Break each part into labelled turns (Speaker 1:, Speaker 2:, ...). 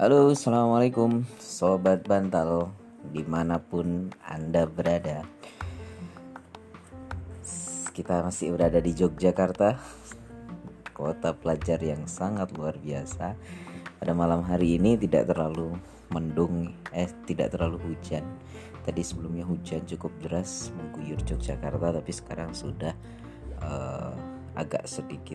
Speaker 1: Halo, assalamualaikum sobat bantal dimanapun anda berada. Kita masih berada di Yogyakarta, kota pelajar yang sangat luar biasa. Pada malam hari ini tidak terlalu mendung, tidak terlalu hujan. Tadi sebelumnya hujan cukup deras mengguyur Yogyakarta, tapi sekarang sudah agak sedikit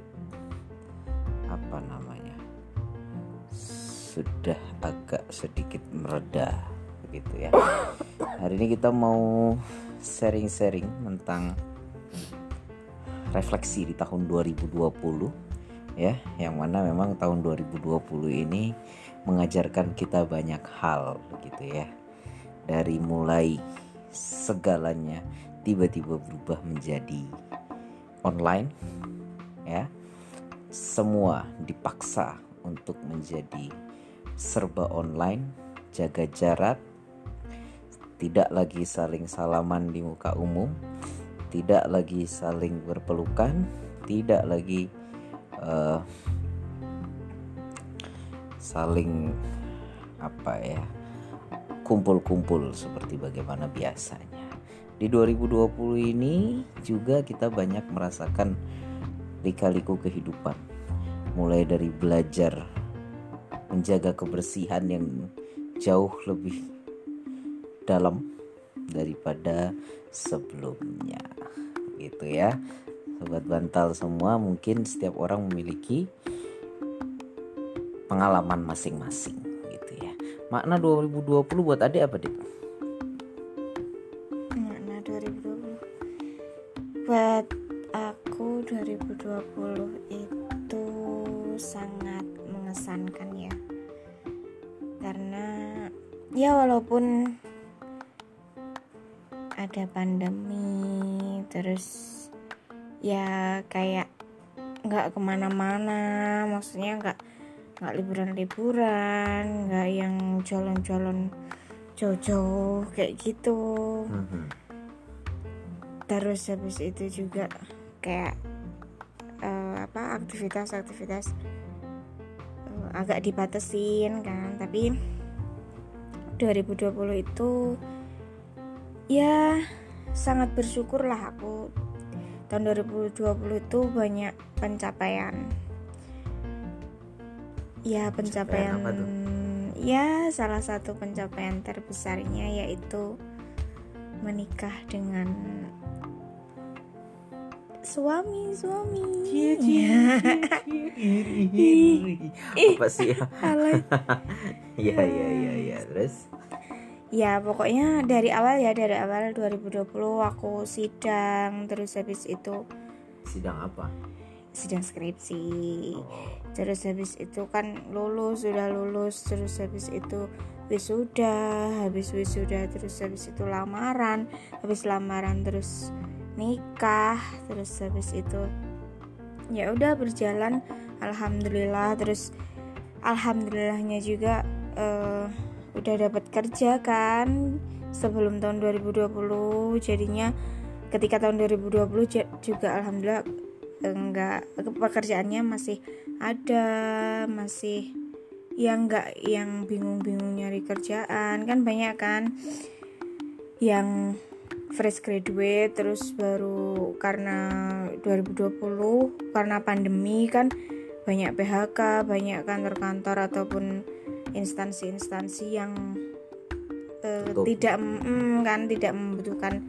Speaker 1: sudah agak sedikit mereda begitu ya. Hari ini kita mau sharing-sharing tentang refleksi di tahun 2020 ya, yang mana memang tahun 2020 ini mengajarkan kita banyak hal begitu ya. Dari mulai segalanya tiba-tiba berubah menjadi online ya. Semua dipaksa untuk menjadi serba online, jaga jarak, tidak lagi saling salaman di muka umum, tidak lagi saling berpelukan, tidak lagi saling kumpul-kumpul seperti bagaimana biasanya. Di 2020 ini juga kita banyak merasakan lika-liku kehidupan, mulai dari belajar menjaga kebersihan yang jauh lebih dalam daripada sebelumnya gitu ya. Sobat bantal semua, mungkin setiap orang memiliki pengalaman masing-masing gitu ya. Makna 2020 buat adik apa, Dik?
Speaker 2: Makna 2020 buat aku 2020 itu sangat mengesankan ya, karena ya walaupun ada pandemi, terus ya kayak nggak kemana-mana, maksudnya nggak liburan-liburan, nggak yang jalan-jalan jauh-jauh kayak gitu. Terus habis itu juga kayak aktivitas agak dibatasin kan. Tapi 2020 itu ya sangat bersyukur lah aku. Tahun 2020 itu banyak pencapaian. Ya pencapaian
Speaker 1: apa tuh?
Speaker 2: Ya salah satu pencapaian terbesarnya yaitu menikah dengan suami.
Speaker 1: Apa sih ya? Ya terus
Speaker 2: ya pokoknya dari awal 2020 aku sidang, terus habis itu
Speaker 1: sidang apa?
Speaker 2: Sidang skripsi. Terus habis itu kan sudah lulus, terus habis itu habis wisuda, terus habis itu lamaran, habis lamaran terus nikah, terus habis itu ya udah berjalan alhamdulillah. Terus alhamdulillahnya juga udah dapat kerja kan sebelum tahun 2020. Jadinya ketika tahun 2020 juga alhamdulillah pekerjaannya masih ada, masih yang enggak yang bingung-bingung nyari kerjaan. Kan banyak kan yang fresh graduate terus baru, karena 2020 karena pandemi kan banyak PHK, banyak kantor-kantor ataupun instansi-instansi yang tidak membutuhkan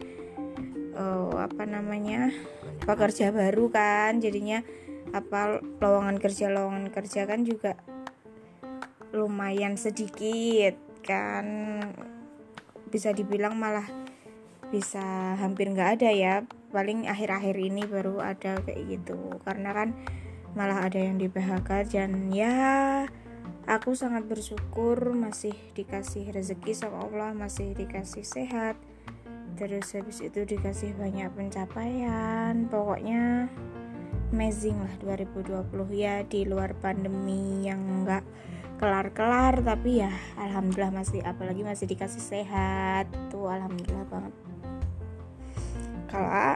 Speaker 2: pekerja baru kan. Jadinya lowongan kerja kan juga lumayan sedikit kan, bisa dibilang malah bisa hampir nggak ada ya. Paling akhir-akhir ini baru ada kayak gitu, karena kan malah ada yang di PHK. Dan ya aku sangat bersyukur masih dikasih rezeki sama Allah, masih dikasih sehat, terus habis itu dikasih banyak pencapaian. Pokoknya amazing lah 2020 ya, di luar pandemi yang nggak kelar-kelar, tapi ya alhamdulillah apalagi masih dikasih sehat tuh, alhamdulillah banget. Kalau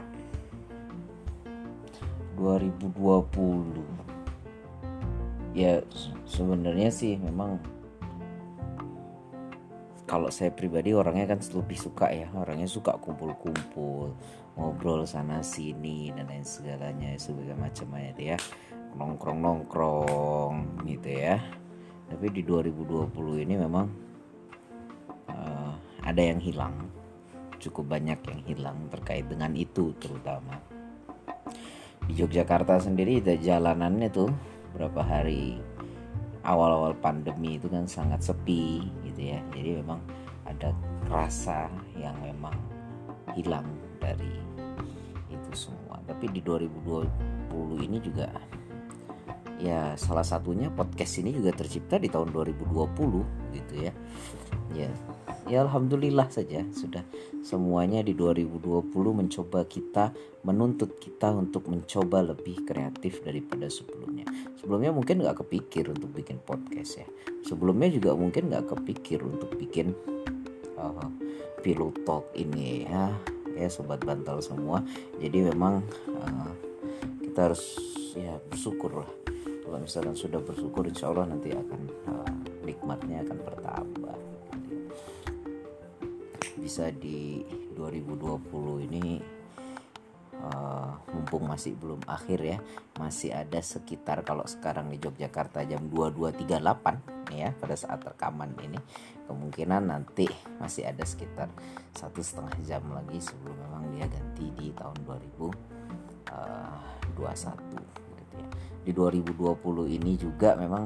Speaker 1: 2020 ya sebenarnya sih memang kalau saya pribadi orangnya kan lebih suka ya, orangnya suka kumpul-kumpul, ngobrol sana sini dan lain segalanya, segala macamnya itu ya, nongkrong gitu ya. Tapi di 2020 ini memang ada yang hilang, cukup banyak yang hilang terkait dengan itu. Terutama di Yogyakarta sendiri jalanannya tuh berapa hari awal-awal pandemi itu kan sangat sepi gitu ya. Jadi memang ada rasa yang memang hilang dari itu semua. Tapi di 2020 ini juga ya, salah satunya podcast ini juga tercipta di tahun 2020 gitu ya. Ya alhamdulillah saja sudah semuanya di 2020 mencoba kita, menuntut kita untuk mencoba lebih kreatif daripada sebelumnya. Sebelumnya mungkin gak kepikir untuk bikin podcast ya. Sebelumnya juga mungkin gak kepikir untuk bikin pillow talk ini ya sobat bantal semua. Jadi memang kita harus ya bersyukur lah. Kalau misalkan sudah bersyukur, insya Allah nanti akan nikmatnya akan bertambah. Bisa di 2020 ini mumpung masih belum akhir ya, masih ada sekitar, kalau sekarang di Yogyakarta jam 22.38 ya pada saat rekaman ini, kemungkinan nanti masih ada sekitar 1,5 jam lagi sebelum memang dia ganti di tahun 2021 gitu ya. Di 2020 ini juga memang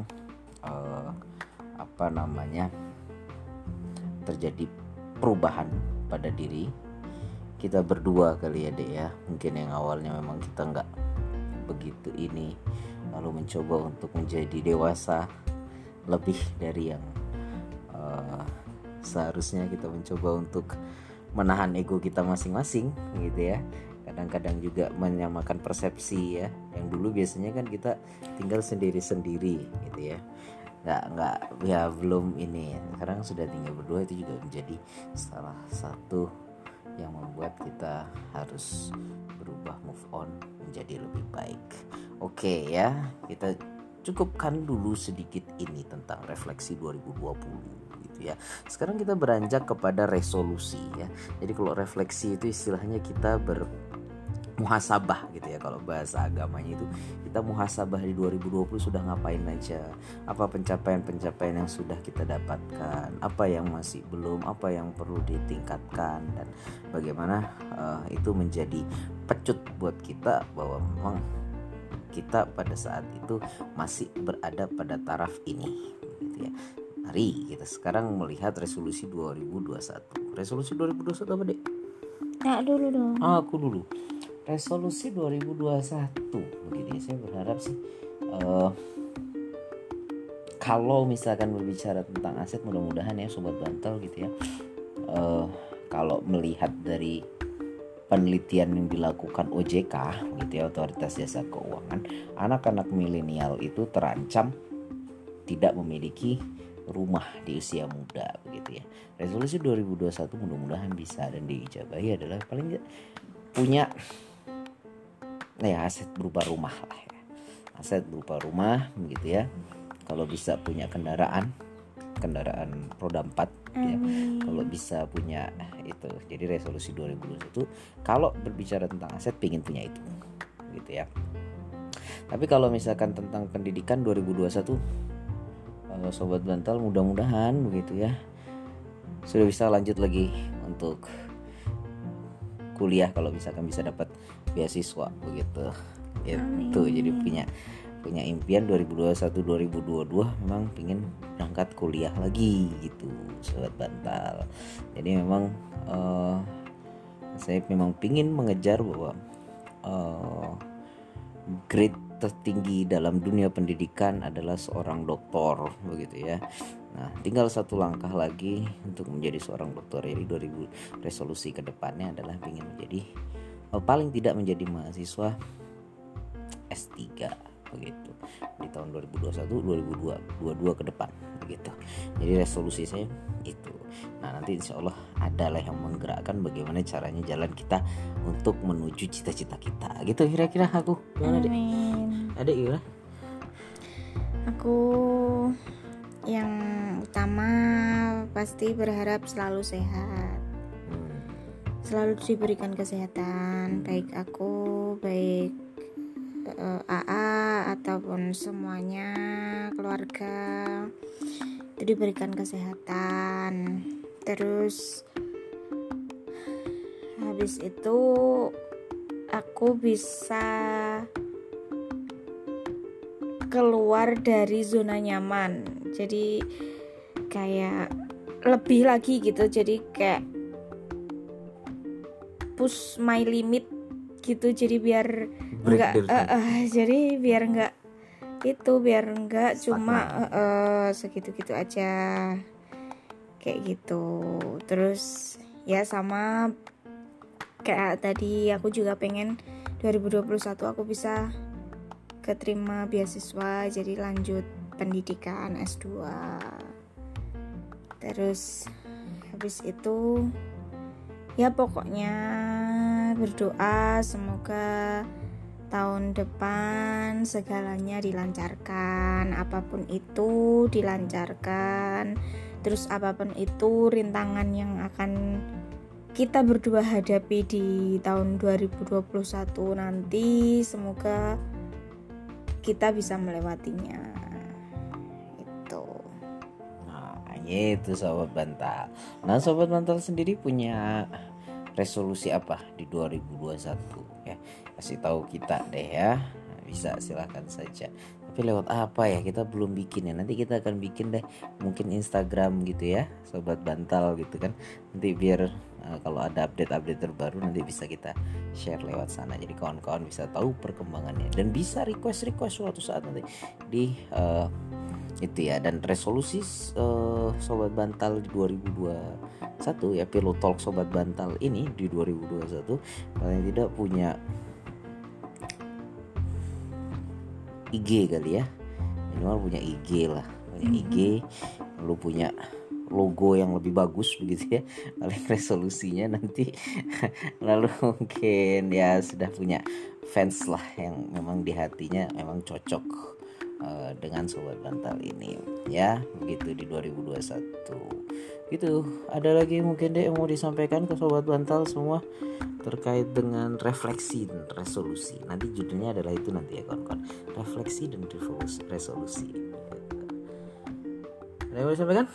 Speaker 1: terjadi perubahan pada diri kita berdua kali ya Dek ya. Mungkin yang awalnya memang kita nggak begitu ini, lalu mencoba untuk menjadi dewasa lebih dari yang seharusnya. Kita mencoba untuk menahan ego kita masing-masing gitu ya. Kadang-kadang juga menyamakan persepsi ya. Yang dulu biasanya kan kita tinggal sendiri-sendiri gitu ya, nggak ya belum ini. Sekarang sudah tinggal berdua, itu juga menjadi salah satu yang membuat kita harus berubah, move on menjadi lebih baik. Oke ya, kita cukupkan dulu sedikit ini tentang refleksi 2020 gitu ya. Sekarang kita beranjak kepada resolusi ya. Jadi kalau refleksi itu istilahnya kita muhasabah gitu ya, kalau bahasa agamanya itu kita muhasabah di 2020 sudah ngapain aja, apa pencapaian yang sudah kita dapatkan, apa yang masih belum, apa yang perlu ditingkatkan, dan bagaimana itu menjadi pecut buat kita bahwa memang kita pada saat itu masih berada pada taraf ini gitu ya. Mari kita sekarang melihat resolusi 2021. Resolusi 2021 apa Dek?
Speaker 2: Nah dulu dong.
Speaker 1: Aku dulu. Resolusi 2021 begitu ya. Saya berharap sih kalau misalkan berbicara tentang aset, mudah-mudahan ya sobat bantal gitu ya, kalau melihat dari penelitian yang dilakukan OJK gitu ya, Otoritas Jasa Keuangan, anak-anak milenial itu terancam tidak memiliki rumah di usia muda begitu ya. Resolusi 2021 mudah-mudahan bisa dan diijabahi adalah paling enggak punya aset berupa rumah lah ya. Aset berupa rumah begitu ya. Kalau bisa punya kendaraan roda 4 ya. Kalau bisa punya itu. Jadi resolusi 2021 kalau berbicara tentang aset pengen punya itu gitu ya. Tapi kalau misalkan tentang pendidikan 2021, sobat bantal mudah-mudahan begitu ya sudah bisa lanjut lagi untuk kuliah, kalau misalkan bisa dapat beasiswa begitu. Itu jadi punya impian 2021 2022 memang pingin berangkat kuliah lagi gitu sobat bantal. Jadi memang saya memang pingin mengejar bahwa grade tertinggi dalam dunia pendidikan adalah seorang doktor begitu ya. Nah, tinggal satu langkah lagi untuk menjadi seorang dokter. Jadi 2000 resolusi ke depannya adalah ingin menjadi paling tidak menjadi mahasiswa S3 begitu di tahun 2021 2022 ke depan begitu. Jadi resolusi saya itu. Nah, nanti insya Allah adalah yang menggerakkan bagaimana caranya jalan kita untuk menuju cita-cita kita gitu. Kira-kira aku gimana Dek? Ada gimana?
Speaker 2: Aku yang utama pasti berharap selalu sehat, selalu diberikan kesehatan, baik aku, baik AA ataupun semuanya keluarga itu diberikan kesehatan. Terus habis itu aku bisa keluar dari zona nyaman, jadi kayak lebih lagi gitu, jadi kayak push my limit gitu, jadi biar enggak biar enggak cuma segitu-gitu aja kayak gitu. Terus ya sama kayak tadi aku juga pengen 2021 aku bisa keterima beasiswa, jadi lanjut pendidikan S2. Terus habis itu ya pokoknya berdoa semoga tahun depan segalanya dilancarkan, apapun itu dilancarkan. Terus apapun itu rintangan yang akan kita berdua hadapi di tahun 2021 nanti, semoga kita bisa melewatinya. Itu.
Speaker 1: Nah, itu Sobat Bantal. Nah, Sobat Bantal sendiri punya resolusi apa di 2021 ya? Kasih tahu kita deh ya. Bisa silahkan saja. Tapi lewat apa ya? Kita belum bikin ya. Nanti kita akan bikin deh, mungkin Instagram gitu ya, Sobat Bantal gitu kan. Nanti biar kalau ada update-update terbaru nanti bisa kita share lewat sana. Jadi kawan-kawan bisa tahu perkembangannya dan bisa request suatu saat nanti di itu ya. Dan resolusi Sobat Bantal di 2021 ya, Pillow Talk Sobat Bantal ini di 2021 paling tidak punya IG kali ya, minimal punya IG lah, punya IG, lalu punya logo yang lebih bagus begitu ya, paling resolusinya nanti lalu mungkin ya sudah punya fans lah yang memang di hatinya memang cocok dengan Sobat Bantal ini ya, begitu di 2021 gitu. Ada lagi mungkin deh yang mau disampaikan ke Sobat Bantal semua terkait dengan refleksi dan resolusi. Nanti judulnya adalah itu nanti ya kawan-kawan, refleksi dan resolusi. Ada yang mau disampaikan?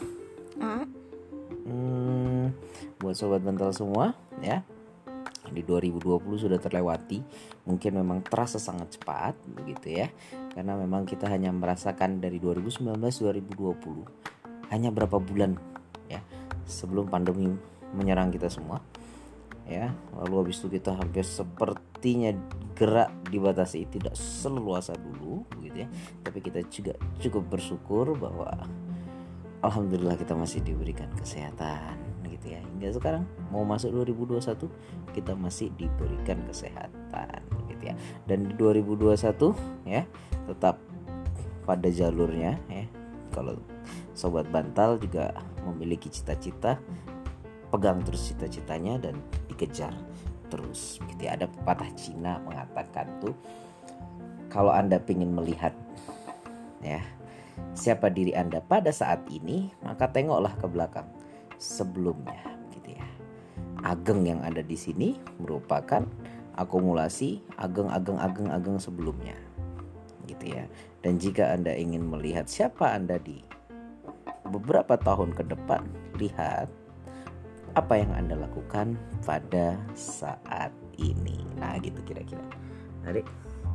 Speaker 1: Buat Sobat Bantal semua ya, di 2020 sudah terlewati, mungkin memang terasa sangat cepat begitu ya, karena memang kita hanya merasakan dari 2019-2020 hanya berapa bulan ya sebelum pandemi menyerang kita semua ya. Lalu habis itu kita hampir sepertinya gerak dibatasi, tidak seleluasa dulu begitu ya, tapi kita juga cukup bersyukur bahwa alhamdulillah kita masih diberikan kesehatan gitu ya, hingga sekarang mau masuk 2021 kita masih diberikan kesehatan gitu ya. Dan di 2021 ya tetap pada jalurnya ya. Kalau Sobat Bantal juga memiliki cita-cita, pegang terus cita-citanya dan dikejar terus gitu ya. Ada pepatah Cina mengatakan tuh, kalau Anda ingin melihat ya siapa diri Anda pada saat ini, maka tengoklah ke belakang sebelumnya gitu ya. Ageng yang ada di sini merupakan akumulasi ageng sebelumnya gitu ya. Dan jika Anda ingin melihat siapa Anda di beberapa tahun ke depan, lihat apa yang Anda lakukan pada saat ini. Nah gitu kira-kira. Adik?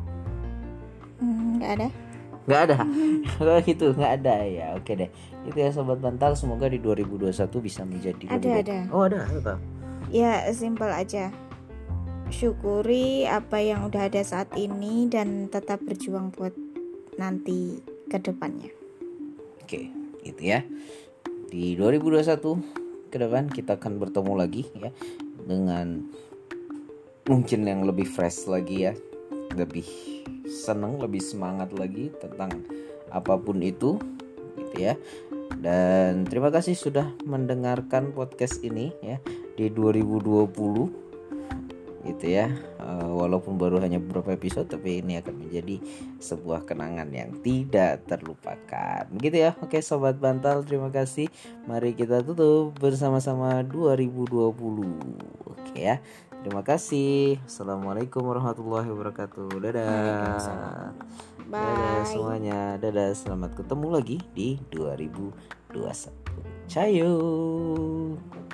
Speaker 1: Nggak ada gitu, nggak ada ya. Oke deh, itu ya Sobat Bantal, semoga di 2021 bisa menjadi lebih baik. Ada
Speaker 2: ya, simpel aja, syukuri apa yang udah ada saat ini dan tetap berjuang buat nanti ke depannya.
Speaker 1: Oke, gitu ya. Di 2021 ke depan kita akan bertemu lagi ya, dengan mungkin yang lebih fresh lagi ya, lebih senang, lebih semangat lagi tentang apapun itu gitu ya. Dan terima kasih sudah mendengarkan podcast ini ya di 2020 gitu ya. Walaupun baru hanya beberapa episode, tapi ini akan menjadi sebuah kenangan yang tidak terlupakan gitu ya. Oke sobat bantal, terima kasih. Mari kita tutup bersama-sama 2020. Oke ya, terima kasih. Assalamualaikum warahmatullahi wabarakatuh.
Speaker 2: Waalaikumsalam.
Speaker 1: Dadah.
Speaker 2: Bye.
Speaker 1: Dadah semuanya. Dadah, selamat ketemu lagi di 2021. Cayo.